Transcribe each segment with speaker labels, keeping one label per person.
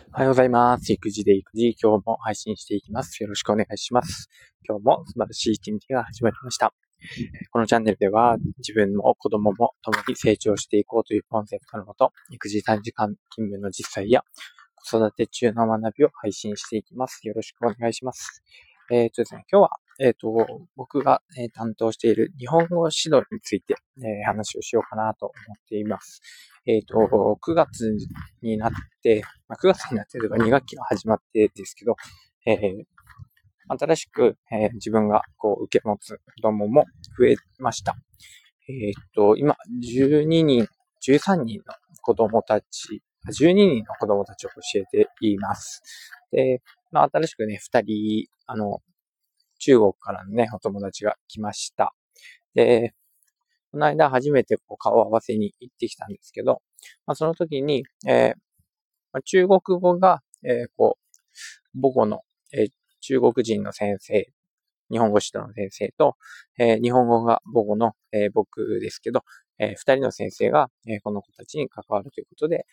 Speaker 1: おはようございます。育児で育児、今日も配信していきます。よろしくお願いします。今日も素晴らしい一日が始まりました。このチャンネルでは自分も子供も共に成長していこうというコンセプトのもと、育児短時間勤務の実際や子育て中の学びを配信していきます。よろしくお願いします。ですね、今日は、僕が、担当している日本語指導について、話をしようかなと思っています。9月になって、9月になってというか2学期が始まってですけど、新しく、自分が受け持つ子供も増えました。今、12人、13人の子供たち、12人の子供たちを教えています。で、新しくね、2人、中国からのね、お友達が来ました。で、この間初めて顔合わせに行ってきたんですけど、その時に、中国語が、母語の、中国人の先生、日本語指導の先生と、日本語が母語の、僕ですけど、二人の先生が、この子たちに関わるということで、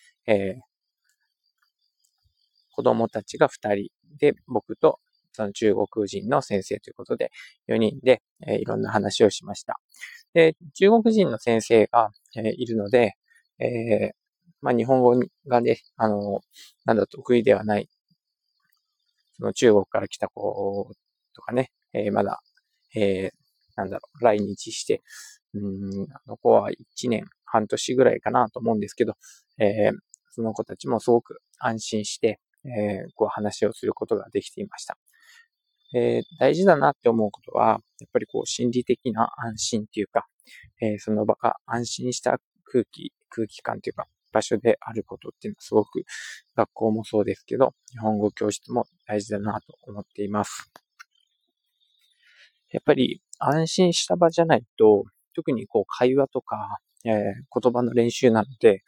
Speaker 1: 子供たちが二人で、僕とその中国人の先生ということで、4人で、いろんな話をしました。で、中国人の先生が、いるので、日本語がね、得意ではない、その中国から来た子とかね、まだ、来日して、あの子は1年半年ぐらいかなと思うんですけど、その子たちもすごく安心して、話をすることができていました。大事だなって思うことは、やっぱり心理的な安心っていうか、その場が安心した空気感というか、場所であることっていうのはすごく学校もそうですけど、日本語教室も大事だなと思っています。やっぱり安心した場じゃないと、特に会話とか、言葉の練習なので、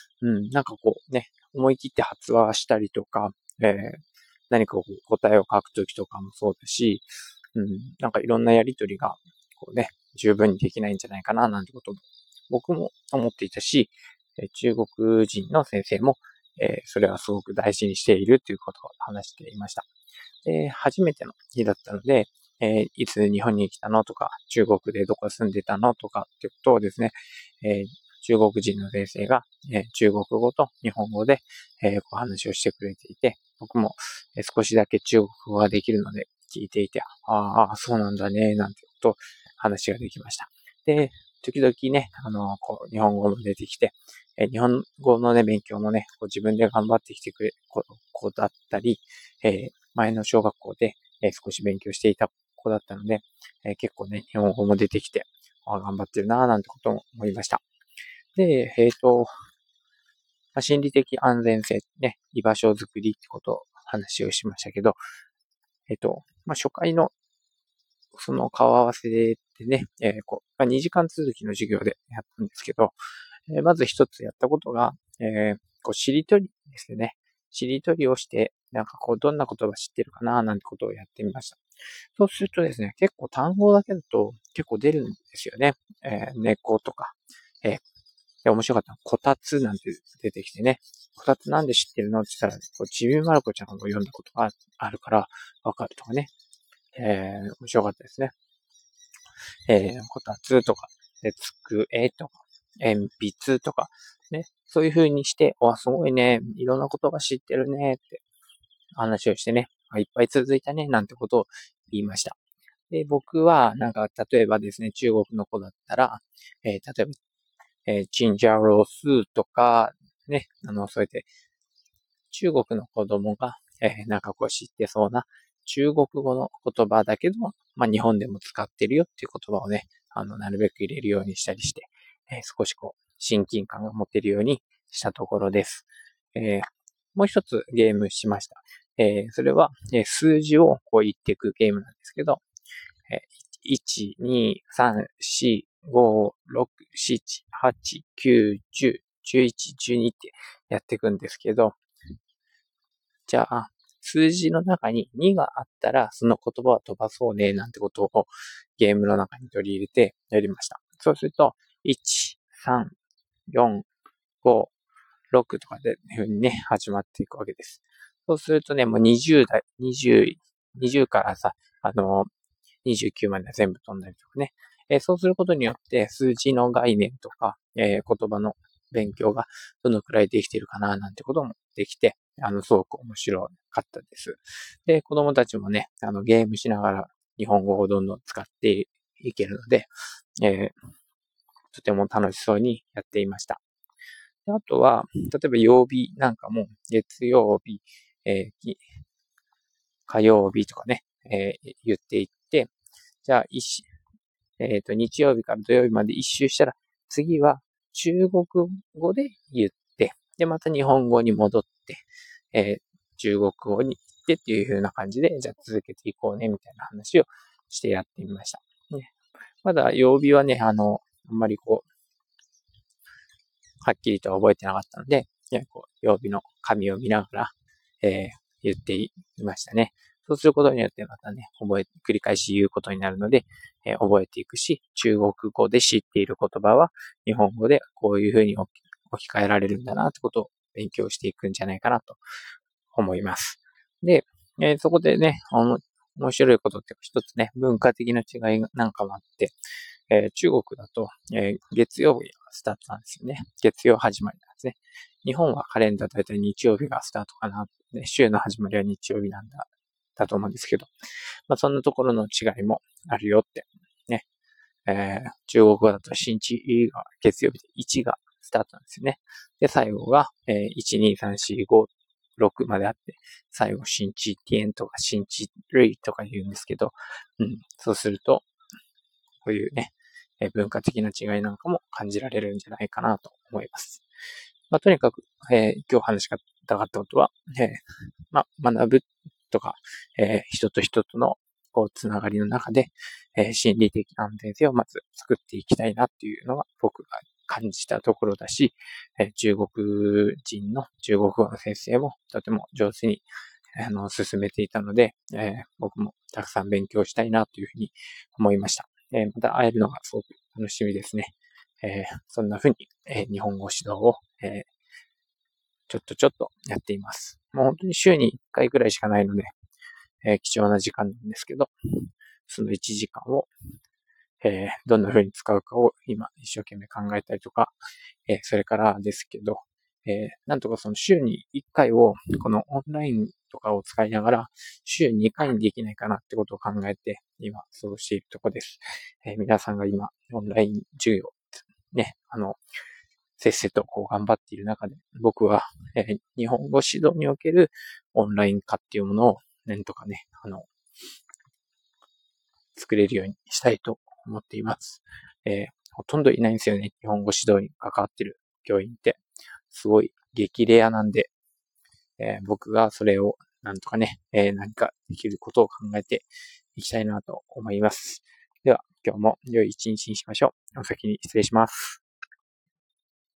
Speaker 1: 思い切って発話したりとか、何か答えを書くときとかもそうだし、いろんなやりとりが、十分にできないんじゃないかな、なんてことも、僕も思っていたし、中国人の先生も、それはすごく大事にしているということを話していました。初めての日だったので、いつ日本に来たのとか、中国でどこ住んでたのとかってことをですね、中国人の先生が、中国語と日本語で、お話をしてくれていて、僕も、少しだけ中国語ができるので聞いていて、そうなんだね、なんてこと話ができました。で、時々ね、日本語も出てきて、日本語のね、勉強もね、自分で頑張ってきてくれる子だったり、前の小学校で、少し勉強していた子だったので、結構ね、日本語も出てきて、頑張ってるなぁなんてことも思いました。で、心理的安全性ね、居場所づくりってことを話をしましたけど、初回のその顔合わせでね、2時間続きの授業でやったんですけど、まず一つやったことが、しりとりですよね。しりとりをして、どんな言葉知ってるかななんてことをやってみました。そうするとですね、結構単語だけだと結構出るんですよね。猫とか、面白かったのこたつなんて出てきてね、こたつなんで知ってるのって言ったら、ちびまる子ちゃんが読んだことがあるからわかるとかね、面白かったですね。こたつとか、机とか、鉛筆とか、ね、そういう風にして、すごいね、いろんな言葉知ってるねって話をしてね、いっぱい続いたね、なんてことを言いました。で、僕は、例えばですね、中国の子だったら、例えば、チンジャオロスーとか、ね、そうやって、中国の子供が、知ってそうな中国語の言葉だけど、日本でも使ってるよっていう言葉をね、なるべく入れるようにしたりして、少し親近感が持てるようにしたところです。もう一つゲームしました。それは、数字を言っていくゲームなんですけど、1、2、3、4、5、6、7、8、9、10、11、12ってやっていくんですけど、じゃあ、数字の中に2があったら、その言葉は飛ばそうね、なんてことをゲームの中に取り入れてやりました。そうすると、1、3、4、5、 6とかでいう風にね、始まっていくわけです。そうするとね、もう20代、20からさ、29まで全部飛んだりとかね。そうすることによって数字の概念とか、言葉の勉強がどのくらいできているかななんてこともできて、すごく面白かったです。で、子供たちもね、ゲームしながら日本語をどんどん使っていけるので、とても楽しそうにやっていました。であとは、例えば曜日なんかも、月曜日、火曜日とかね、言っていって、じゃあ、日曜日から土曜日まで一周したら、次は中国語で言って、で、また日本語に戻って、中国語に行ってっていう風な感じで、じゃあ続けていこうね、みたいな話をしてやってみました。ね、まだ曜日はね、あんまりはっきりと覚えてなかったので、曜日の紙を見ながら、言っていましたね。そうすることによってまたね、繰り返し言うことになるので、覚えていくし、中国語で知っている言葉は、日本語でこういうふうに置き換えられるんだなってことを勉強していくんじゃないかなと思います。で、そこでね、面白いことって一つね、文化的な違いなんかもあって、中国だと、月曜日がスタートなんですよね。月曜始まりなんですね。日本はカレンダーだいたい日曜日がスタートかな、ね。週の始まりは日曜日だと思うんですけど、まあそんなところの違いもあるよって。ね。中国語だと新地が月曜日で1がスタートなんですよね。で、最後が、1、2、3、4、5、6まであって、最後、新地ティエンとか新地類とか言うんですけど、そうすると、こういうね、文化的な違いなんかも感じられるんじゃないかなと思います。まあ、とにかく、今日話したかったことは、学ぶとか、人と人とのつながりの中で、心理的安全性をまず作っていきたいなっていうのが僕が感じたところだし、中国語の先生もとても上手に進めていたので、僕もたくさん勉強したいなというふうに思いました。また会えるのがすごく楽しみですね。そんな風に、日本語指導を、ちょっとやっています。もう本当に週に1回くらいしかないので、貴重な時間なんですけど、その1時間を、どんな風に使うかを今一生懸命考えたりとか、それからですけど、なんとかその週に1回を、このオンラインとかを使いながら、週2回にできないかなってことを考えて、今、そうしているところです。皆さんが今、オンライン授業、ね、せっせと頑張っている中で、僕は、日本語指導におけるオンライン化っていうものを、なんとかね、作れるようにしたいと思っています。ほとんどいないんですよね。日本語指導に関わっている教員って。すごい激レアなんで、僕がそれをなんとかね、何かできることを考えていきたいなと思います。では、今日も良い一日にしましょう。お先に失礼します。